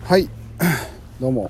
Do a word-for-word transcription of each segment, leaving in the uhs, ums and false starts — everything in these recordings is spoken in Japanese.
はい、どうも。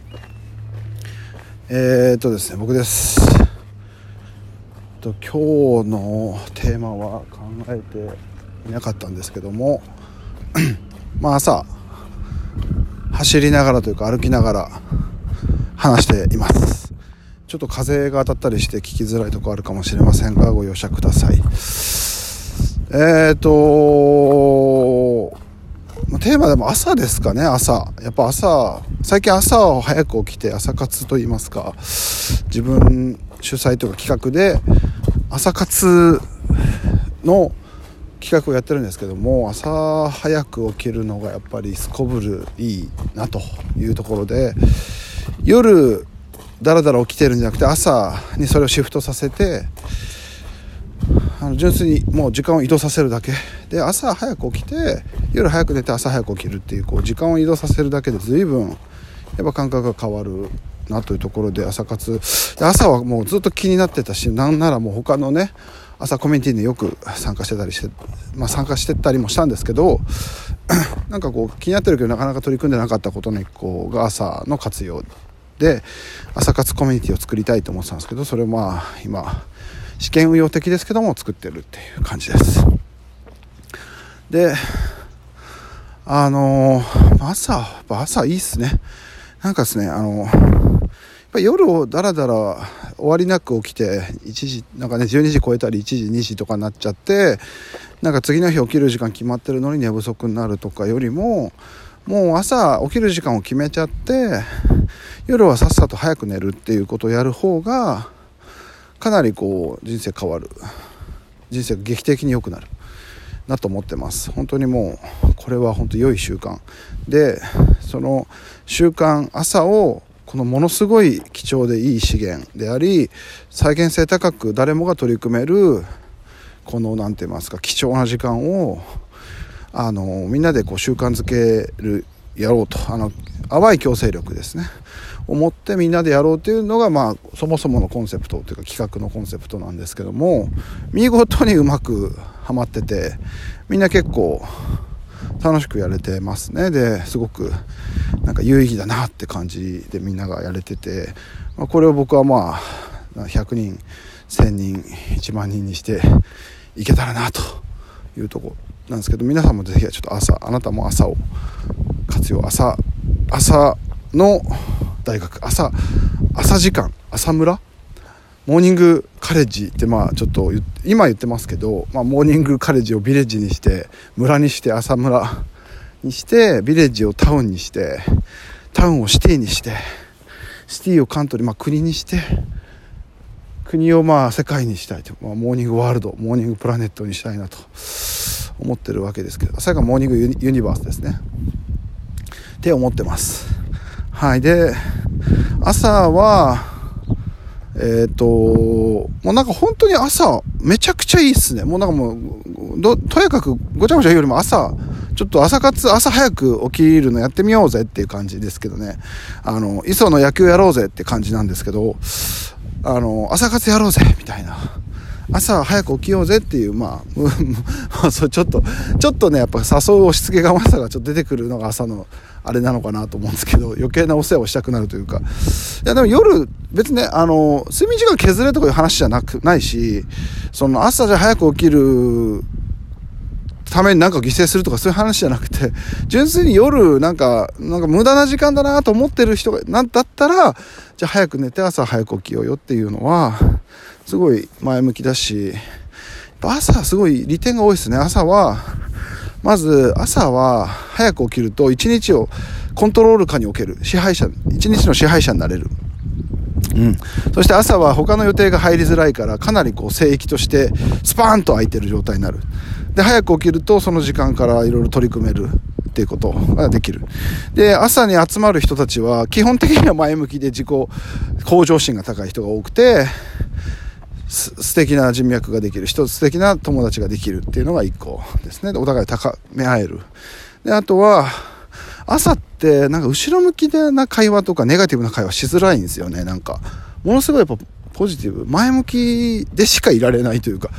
えーっとですね、僕です。と今日のテーマは考えていなかったんですけども、まあ朝走りながらというか歩きながら話しています。ちょっと風が当たったりして聞きづらいところあるかもしれませんがご容赦ください。えーっとテーマでも朝ですかね。朝やっぱ朝最近朝を早く起きて朝活といいますか、自分主催というか企画で朝活の企画をやってるんですけども、朝早く起きるのがやっぱりすこぶるいいなというところで、夜だらだら起きてるんじゃなくて朝にそれをシフトさせて、あの純粋にもう時間を移動させるだけで、朝早く起きて夜早く寝て朝早く起きるっていう、こう時間を移動させるだけで随分やっぱ感覚が変わるなというところで、朝活で朝はもうずっと気になってたし、なんならもう他のね朝コミュニティによく参加してたりして、まあ、参加してたりもしたんですけどなんかこう気になってるけどなかなか取り組んでなかったことの一個が朝の活用で、朝活コミュニティを作りたいと思ってたんですけど、それをまあ今試験運用的ですけども作ってるっていう感じです。であのー、朝朝いいっすね。なんかですね、あのー、やっぱり夜をだらだら終わりなく起きていちじなんかねじゅうにじ超えたりいちじにじとかになっちゃって、なんか次の日起きる時間決まってるのに寝不足になるとかよりも、もう朝起きる時間を決めちゃって夜はさっさと早く寝るっていうことをやる方がかなりこう人生変わる、人生が劇的に良くなるなと思ってます。本当にもうこれは本当良い習慣で、その習慣朝をこのものすごい貴重でいい資源であり、再現性高く誰もが取り組めるこのなんて言いますか貴重な時間をあのみんなでこう習慣づけるやろうと、あの淡い強制力ですね思ってみんなでやろうというのが、まあそもそものコンセプトというか企画のコンセプトなんですけども、見事にうまくハマってて、みんな結構楽しくやれてますね。ですごくなんか有意義だなって感じでみんながやれてて、まあ、これを僕はまあひゃくにんせんにんいちまんにんにしていけたらなというところなんですけど、皆さんもぜひちょっと朝、あなたも朝を活用、朝朝の大学、朝朝時間、朝村、モーニングカレッジってまあちょっと今言ってますけど、まあ、モーニングカレッジをビレッジにして村にして朝村にしてビレッジをタウンにしてタウンをシティにしてシティをカントリー、まあ、国にして国をまあ世界にしたいと、まあ、モーニングワールド、モーニングプラネットにしたいなと思ってるわけですけど、最後はモーニングユニ、ユニバースですねって思ってます。はい。で朝はえっともうなんか本当に朝めちゃくちゃいいっすね。もうなんかもうどとにかくごちゃごちゃ言うよりも朝ちょっと朝活、朝早く起きるのやってみようぜっていう感じですけどね。あの磯の野球やろうぜって感じなんですけど、あの朝活やろうぜみたいな、朝早く起きようぜっていう、まあそうちょっとちょっとねやっぱ誘う押し付けがまさがちょっと出てくるのが朝のあれなのかなと思うんですけど、余計なお世話をしたくなるというか、いやでも夜別にね、あの睡眠時間削れとかいう話じゃなくないし、その朝じゃ早く起きるためになんか犠牲するとかそういう話じゃなくて、純粋に夜なんかなんか無駄な時間だなと思ってる人がなんだったら、じゃあ早く寝て朝早く起きようよっていうのはすごい前向きだし、朝すごい利点が多いですね。朝はまず朝は早く起きると一日をコントロール下に置ける、支配者、一日の支配者になれる。うん、そして朝は他の予定が入りづらいからかなりこう聖域としてスパーンと空いてる状態になる。で早く起きるとその時間からいろいろ取り組めるっていうことができる。で朝に集まる人たちは基本的には前向きで自己向上心が高い人が多くて、す素敵な人脈ができる人、素敵な友達ができるっていうのが一個ですね。でお互い高め合える。であとは朝ってなんか後ろ向きな会話とかネガティブな会話しづらいんですよね。なんかものすごいやっぱポジティブ前向きでしかいられないというか、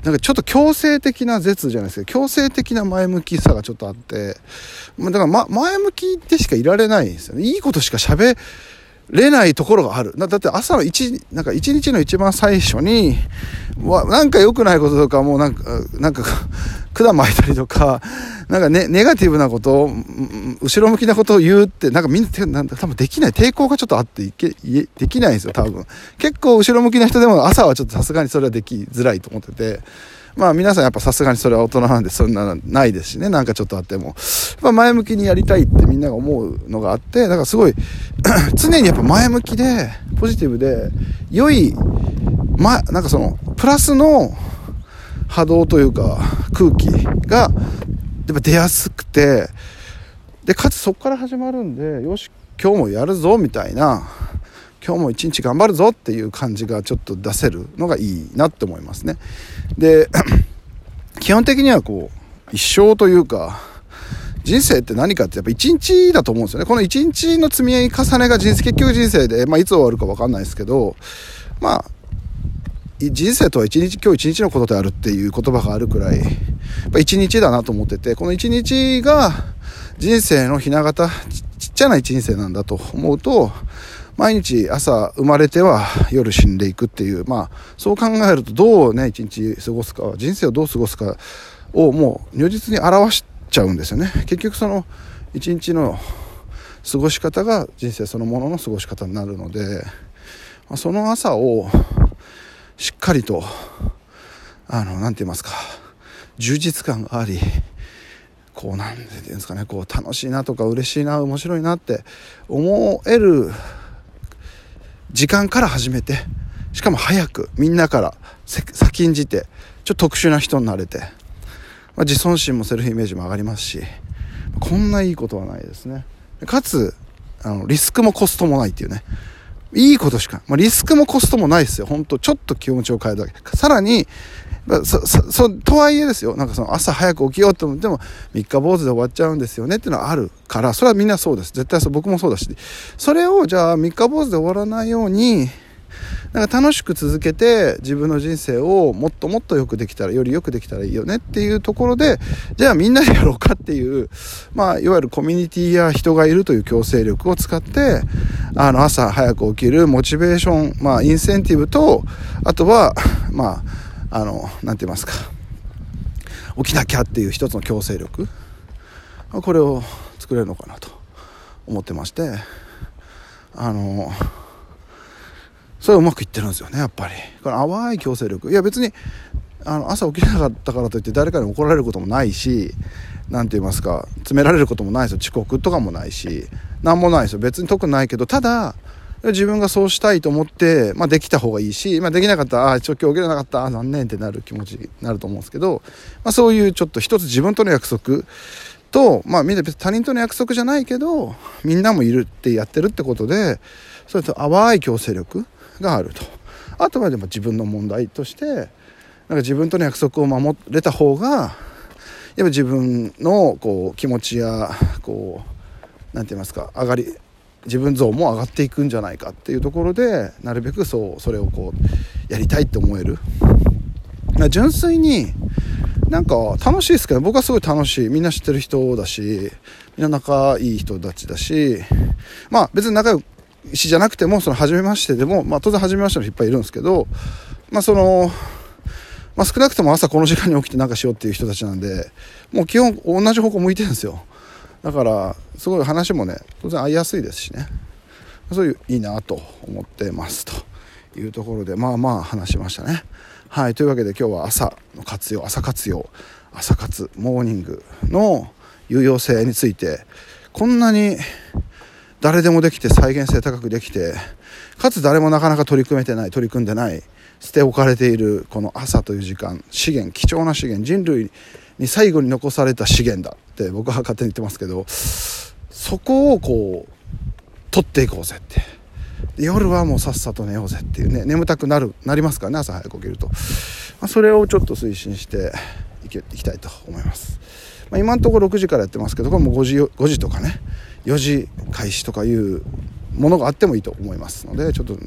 なんかちょっと強制的な絶じゃないですけど、強制的な前向きさがちょっとあって、だから、ま、前向きでしかいられないんですよね。いいことしか喋れないところがある。だって朝の一なんか一日の一番最初になんか良くないこととか、もうなんかなんか管巻いたりとか、なんかねネガティブなことを後ろ向きなことを言うって、なんかみんななんか多分できない、抵抗がちょっとあっていけできないんですよ多分。結構後ろ向きな人でも朝はちょっとさすがにそれはできづらいと思ってて、まあ皆さんやっぱさすがにそれは大人なんでそんなないですしね、なんかちょっとあってもやっぱ前向きにやりたいってみんなが思うのがあって、だからすごい常にやっぱ前向きでポジティブで良い、ま、なんかそのプラスの波動というか空気がやっぱ出やすくて、でかつそこから始まるんで、よし今日もやるぞみたいな、今日も一日頑張るぞっていう感じがちょっと出せるのがいいなって思いますね。で基本的にはこう一生というか人生って何かってやっぱ一日だと思うんですよね。この一日の積み重ねが人生、結局人生で、まあ、いつ終わるか分かんないですけど、まあ人生とは一日、今日一日のことであるっていう言葉があるくらいやっぱ一日だなと思ってて、この一日が人生のひな形、ちっちゃな人生なんだと思うと、毎日朝生まれては夜死んでいくっていう、まあそう考えるとどうね一日過ごすか、人生をどう過ごすかをもう如実に表しちゃうんですよね。結局その一日の過ごし方が人生そのものの過ごし方になるので、その朝をしっかりとあのなんて言いますか、充実感があり、こうなんて言うんですかね、こう楽しいなとか嬉しいな、面白いなって思える時間から始めて、しかも早くみんなから先んじてちょっと特殊な人になれて、まあ、自尊心もセルフイメージも上がりますし、こんないいことはないですね。かつあのリスクもコストもないっていうね、いいことしか、まあ、リスクもコストもないですよ。本当ちょっと気持ちを変えるだけ。さらにそそそとはいえですよ、なんかその朝早く起きようと思っても三日坊主で終わっちゃうんですよねっていうのはあるから、それはみんなそうです。絶対そう、僕もそうだし、それをじゃあ三日坊主で終わらないようになんか楽しく続けて自分の人生をもっともっとよくできたら、よりよくできたらいいよねっていうところで、じゃあみんなでやろうかっていう、まあいわゆるコミュニティや人がいるという強制力を使って、あの朝早く起きるモチベーション、まあインセンティブと、あとはまああのなんて言いますか、起きなきゃっていう一つの強制力、これを作れるのかなと思ってまして、あのそれはうまくいってるんですよね。やっぱりこの淡い強制力、いや別にあの朝起きれなかったからといって誰かに怒られることもないし、なんて言いますか、詰められることもないですよ。遅刻とかもないし、なんもないですよ。別に特にないけど、ただ自分がそうしたいと思って、まあ、できた方がいいし、まあ、できなかったら、あ、ちょ、今日起きれなかった、あ、残念ってなる気持ちになると思うんですけど、まあ、そういうちょっと一つ自分との約束と、まあ、みんな別に他人との約束じゃないけど、みんなもいるってやってるってことで、それと淡い強制力があると。あとはでも自分の問題として、なんか自分との約束を守れた方が、やっぱ自分のこう気持ちや、こう、なんて言いますか、上がり、自分像も上がっていくんじゃないかっていうところで、なるべくそうそれをこうやりたいって思える。純粋になんか楽しいですけど、僕はすごい楽しい、みんな知ってる人だし、みんな仲いい人たちだし、まあ別に仲良しじゃなくても、その初めましてでも、まあ当然初めましての人いっぱいいるんですけど、まあそのまあ少なくとも朝この時間に起きてなんかしようっていう人たちなんで、もう基本同じ方向向いてるんですよ。だからすごい話もね当然合いやすいですしね、そういういいなと思ってますというところで、まあまあ話しましたね。はい、というわけで今日は朝の活用、朝活用、朝活モーニングの有用性について、こんなに誰でもできて再現性高くできて、かつ誰もなかなか取り組めてない、取り組んでない、捨て置かれているこの朝という時間、資源、貴重な資源、人類に最後に残された資源だって僕は勝手に言ってますけど、そこをこう取っていこうぜって、夜はもうさっさと寝ようぜっていうね、眠たくなるなりますからね、朝早く起きると、まあ、それをちょっと推進していけいきたいと思います。まあ、今のところろくじからやってますけど、これもごじ、ごじとかねよじ開始とかいうものがあってもいいと思いますので、ちょっと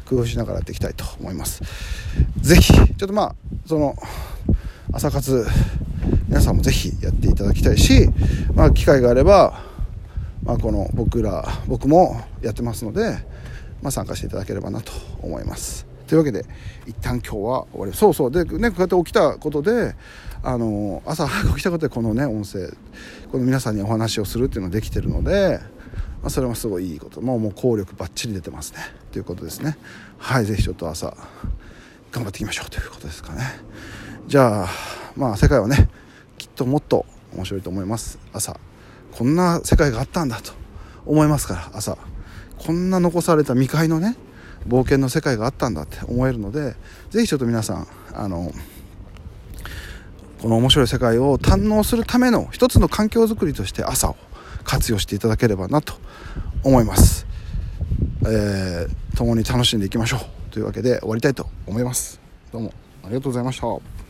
工夫しながらやっていきたいと思います。ぜひちょっとまあその朝活皆さんもぜひやっていただきたいし、まあ、機会があれば、まあ、この僕ら僕もやってますので、まあ、参加していただければなと思います。というわけで一旦今日は終わり。そうそうでね、こうやって起きたことであの朝早く起きたことでこのね音声この皆さんにお話をするっていうのができてるので、まあ、それもすごいいいこと、もうもう効力バッチリ出てますねということですね。はい、ぜひちょっと朝頑張っていきましょうということですかね。じゃあまあ世界はねきっともっと面白いと思います。朝こんな世界があったんだと思いますから、朝こんな残された未開のね冒険の世界があったんだって思えるので、ぜひちょっと皆さんあのこの面白い世界を堪能するための一つの環境づくりとして朝を活用していただければなと思います。えー、共に楽しんでいきましょうというわけで終わりたいと思います。どうもありがとうございました。